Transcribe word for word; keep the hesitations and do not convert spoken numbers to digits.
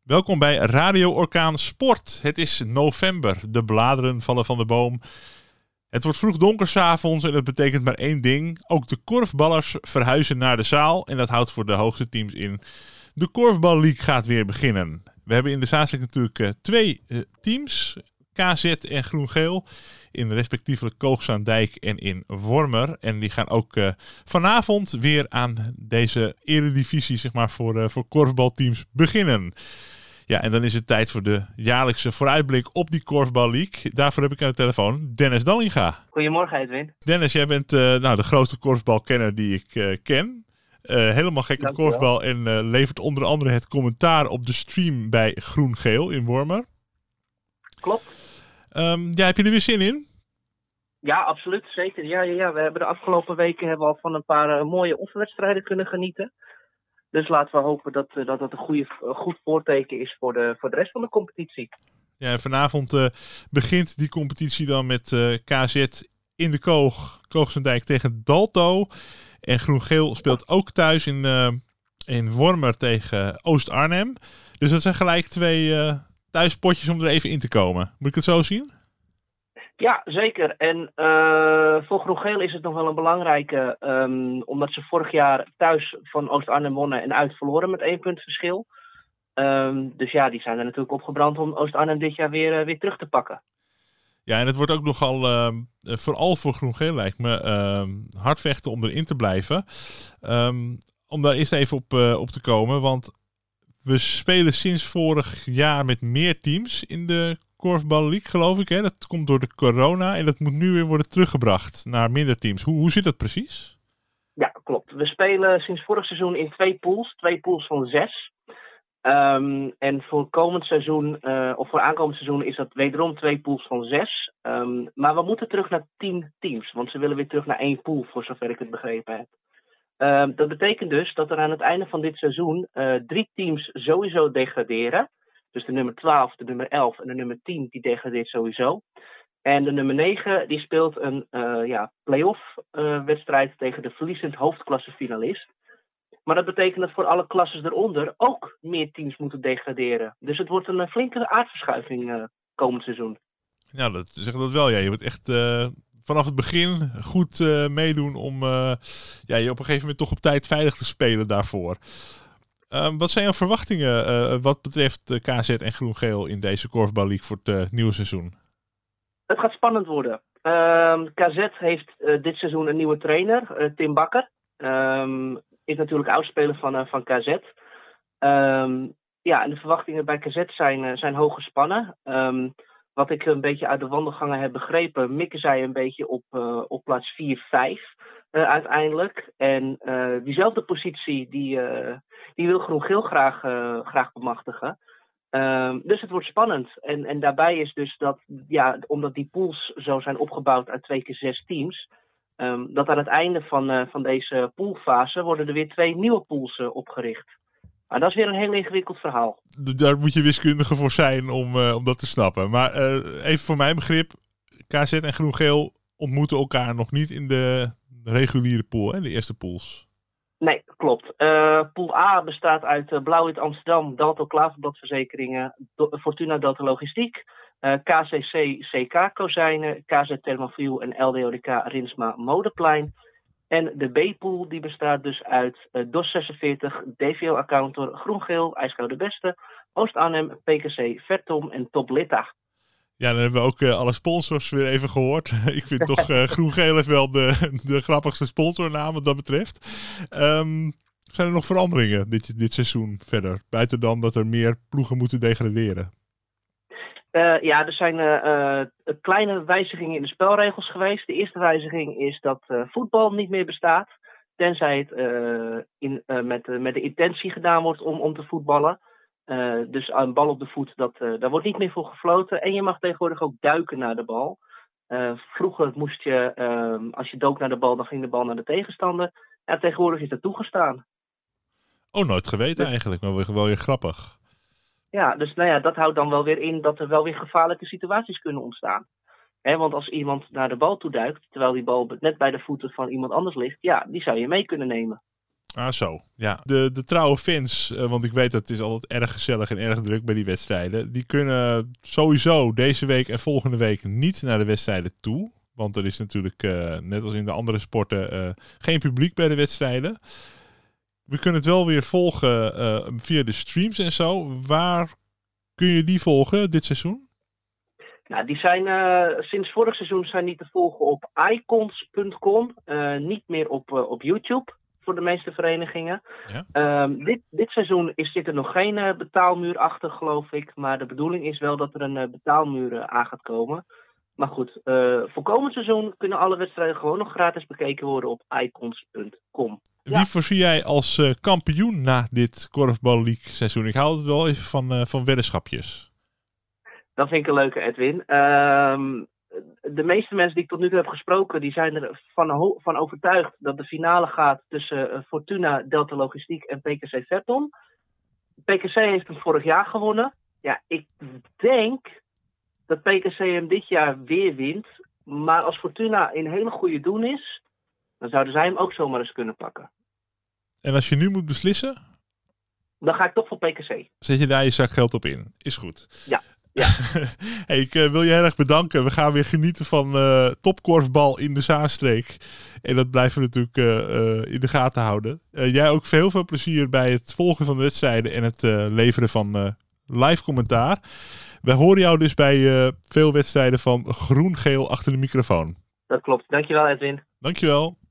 Welkom bij Radio Orkaan Sport. Het is november, de bladeren vallen van de boom. Het wordt vroeg donker 's avonds en dat betekent maar één ding. Ook de korfballers verhuizen naar de zaal en dat houdt voor de hoogste teams in. De Korfbal League gaat weer beginnen. We hebben in de Zaanstreek natuurlijk uh, twee uh, teams, K Z en Groen-Geel, in respectievelijk Koogzaandijk en in Wormer. En die gaan ook uh, vanavond weer aan deze eredivisie, zeg maar, voor, uh, voor korfbalteams beginnen. Ja, en dan is het tijd voor de jaarlijkse vooruitblik op die Korfbal League. Daarvoor heb ik aan de telefoon Dennis Dallinga. Goedemorgen, Edwin. Dennis, jij bent uh, nou, de grootste korfbalkenner die ik uh, ken. Uh, helemaal gek op korfbal en uh, levert onder andere het commentaar op de stream bij Groen-Geel in Wormer. Klopt. Um, ja, heb je er weer zin in? Ja, absoluut. Zeker. Ja, ja, ja. We hebben de afgelopen weken hebben we al van een paar uh, mooie oefenwedstrijden kunnen genieten. Dus laten we hopen dat uh, dat, dat een goede, uh, goed voorteken is voor de, voor de rest van de competitie. Ja, en vanavond uh, begint die competitie dan met uh, K Z in de Koog, Koogzaandijk tegen Dalto. En Groen-Geel speelt ook thuis in, uh, in Wormer tegen Oost-Arnhem. Dus dat zijn gelijk twee uh, thuispotjes om er even in te komen. Moet ik het zo zien? Ja, zeker. En uh, voor Groen-Geel is het nog wel een belangrijke, um, omdat ze vorig jaar thuis van Oost-Arnhem wonnen en uit verloren met één punt verschil. Um, dus ja, die zijn er natuurlijk opgebrand om Oost-Arnhem dit jaar weer, uh, weer terug te pakken. Ja, en het wordt ook nogal, uh, vooral voor Groen-Geel lijkt me, uh, hard vechten om erin te blijven. Um, om daar eerst even op, uh, op te komen, want we spelen sinds vorig jaar met meer teams in de Korfbal League, geloof ik. Hè? Dat komt door de corona en dat moet nu weer worden teruggebracht naar minder teams. Hoe, hoe zit dat precies? Ja, klopt. We spelen sinds vorig seizoen in twee pools, twee pools van zes. Um, en voor komend seizoen, uh, of voor aankomend seizoen, is dat wederom twee pools van zes. Um, maar we moeten terug naar tien teams, want ze willen weer terug naar één pool, voor zover ik het begrepen heb. Um, dat betekent dus dat er aan het einde van dit seizoen uh, drie teams sowieso degraderen. Dus de nummer twaalf, de nummer elf en de nummer tien, die degradeert sowieso. En de nummer negen, die speelt een uh, ja, play-off uh, wedstrijd tegen de verliezend hoofdklassefinalist. Maar dat betekent dat voor alle klasses eronder ook meer teams moeten degraderen. Dus het wordt een uh, flinke aardverschuiving uh, komend seizoen. Ja, dat zeg dat wel. Ja. Je moet echt uh, vanaf het begin goed uh, meedoen om uh, ja, je op een gegeven moment toch op tijd veilig te spelen daarvoor. Uh, wat zijn jouw verwachtingen uh, wat betreft uh, K Z en Groen-Geel in deze Korfbal League voor het uh, nieuwe seizoen? Het gaat spannend worden. Uh, K Z heeft uh, dit seizoen een nieuwe trainer, uh, Tim Bakker. Um, is natuurlijk oudspeler van, uh, van K Z. Um, ja, en de verwachtingen bij K Z zijn, uh, zijn hoog gespannen. Um, wat ik een beetje uit de wandelgangen heb begrepen, mikken zij een beetje op, uh, op plaats vier vijf uh, uiteindelijk. En uh, diezelfde positie, die, uh, die wil Groen-Geel graag, uh, graag bemachtigen. Um, dus het wordt spannend. En, en daarbij is dus dat, ja, omdat die pools zo zijn opgebouwd uit twee keer zes teams, um, dat aan het einde van, uh, van deze poolfase worden er weer twee nieuwe pools uh, opgericht. Maar dat is weer een heel ingewikkeld verhaal. Daar moet je wiskundige voor zijn om, uh, om dat te snappen. Maar uh, even voor mijn begrip, K Z en Groen-Geel ontmoeten elkaar nog niet in de reguliere pool, hè, de eerste pools. Nee, klopt. Uh, pool A bestaat uit uh, Blauw-Wit Amsterdam, Dalto Klaverbladverzekeringen, Do- Fortuna Delta Logistiek, uh, K C C C K Kozijnen, K Z Thermofiel en L D O D K Rinsma Modeplein. En de B-pool die bestaat dus uit uh, D O S zesenveertig, D V O Accountor, Groen-Geel, IJsgouw de Beste, Oost-Arnhem, P K C Vertom en Top Litta. Ja, dan hebben we ook uh, alle sponsors weer even gehoord. Ik vind toch uh, Groen-Geel heeft wel de, de grappigste sponsornaam wat dat betreft. Um, zijn er nog veranderingen dit, dit seizoen verder? Buiten dan dat er meer ploegen moeten degraderen. Uh, ja, er zijn uh, uh, kleine wijzigingen in de spelregels geweest. De eerste wijziging is dat uh, voetbal niet meer bestaat. Tenzij het uh, in, uh, met, uh, met de intentie gedaan wordt om, om te voetballen. Uh, dus een bal op de voet, dat, uh, daar wordt niet meer voor gefloten. En je mag tegenwoordig ook duiken naar de bal. Uh, vroeger moest je, uh, als je dook naar de bal, dan ging de bal naar de tegenstander. Ja, tegenwoordig is dat toegestaan. Oh, nooit geweten dus, eigenlijk, maar wel weer grappig. Ja, dus nou ja, dat houdt dan wel weer in dat er wel weer gevaarlijke situaties kunnen ontstaan. He, want als iemand naar de bal toe duikt, terwijl die bal net bij de voeten van iemand anders ligt, ja, die zou je mee kunnen nemen. Ah, zo. Ja. De, de trouwe fans, uh, want ik weet dat het is altijd erg gezellig en erg druk bij die wedstrijden. Die kunnen sowieso deze week en volgende week niet naar de wedstrijden toe. Want er is natuurlijk, uh, net als in de andere sporten, uh, geen publiek bij de wedstrijden. We kunnen het wel weer volgen uh, via de streams en zo. Waar kun je die volgen dit seizoen? Nou, die zijn uh, sinds vorig seizoen zijn die te volgen op icons punt com. Uh, niet meer op, uh, op YouTube voor de meeste verenigingen. Ja. Um, dit, dit seizoen is, zit er nog geen uh, betaalmuur achter, geloof ik. Maar de bedoeling is wel dat er een uh, betaalmuur uh, aan gaat komen. Maar goed, uh, voor komend seizoen kunnen alle wedstrijden gewoon nog gratis bekeken worden op icons punt com. Wie ja. voorzie jij als uh, kampioen na dit Korfbal League seizoen? Ik hou het wel even van, uh, van weddenschapjes. Dat vind ik een leuke, Edwin. Um, de meeste mensen die ik tot nu toe heb gesproken, die zijn ervan ho- van overtuigd dat de finale gaat tussen uh, Fortuna, Delta Logistiek en P K C Verton. P K C heeft hem vorig jaar gewonnen. Ja, ik denk dat P K C hem dit jaar weer wint. Maar als Fortuna in hele goede doen is, dan zouden zij hem ook zomaar eens kunnen pakken. En als je nu moet beslissen? Dan ga ik toch voor P K C. Zet je daar je zakgeld op in? Is goed. Ja. Ja. Hey, ik uh, wil je heel erg bedanken. We gaan weer genieten van uh, topkorfbal in de Zaanstreek. En dat blijven we natuurlijk uh, uh, in de gaten houden. Uh, jij ook veel, veel plezier bij het volgen van de wedstrijden en het uh, leveren van uh, live commentaar. Wij horen jou dus bij uh, veel wedstrijden van groen-geel achter de microfoon. Dat klopt. Dankjewel, Edwin. Dankjewel.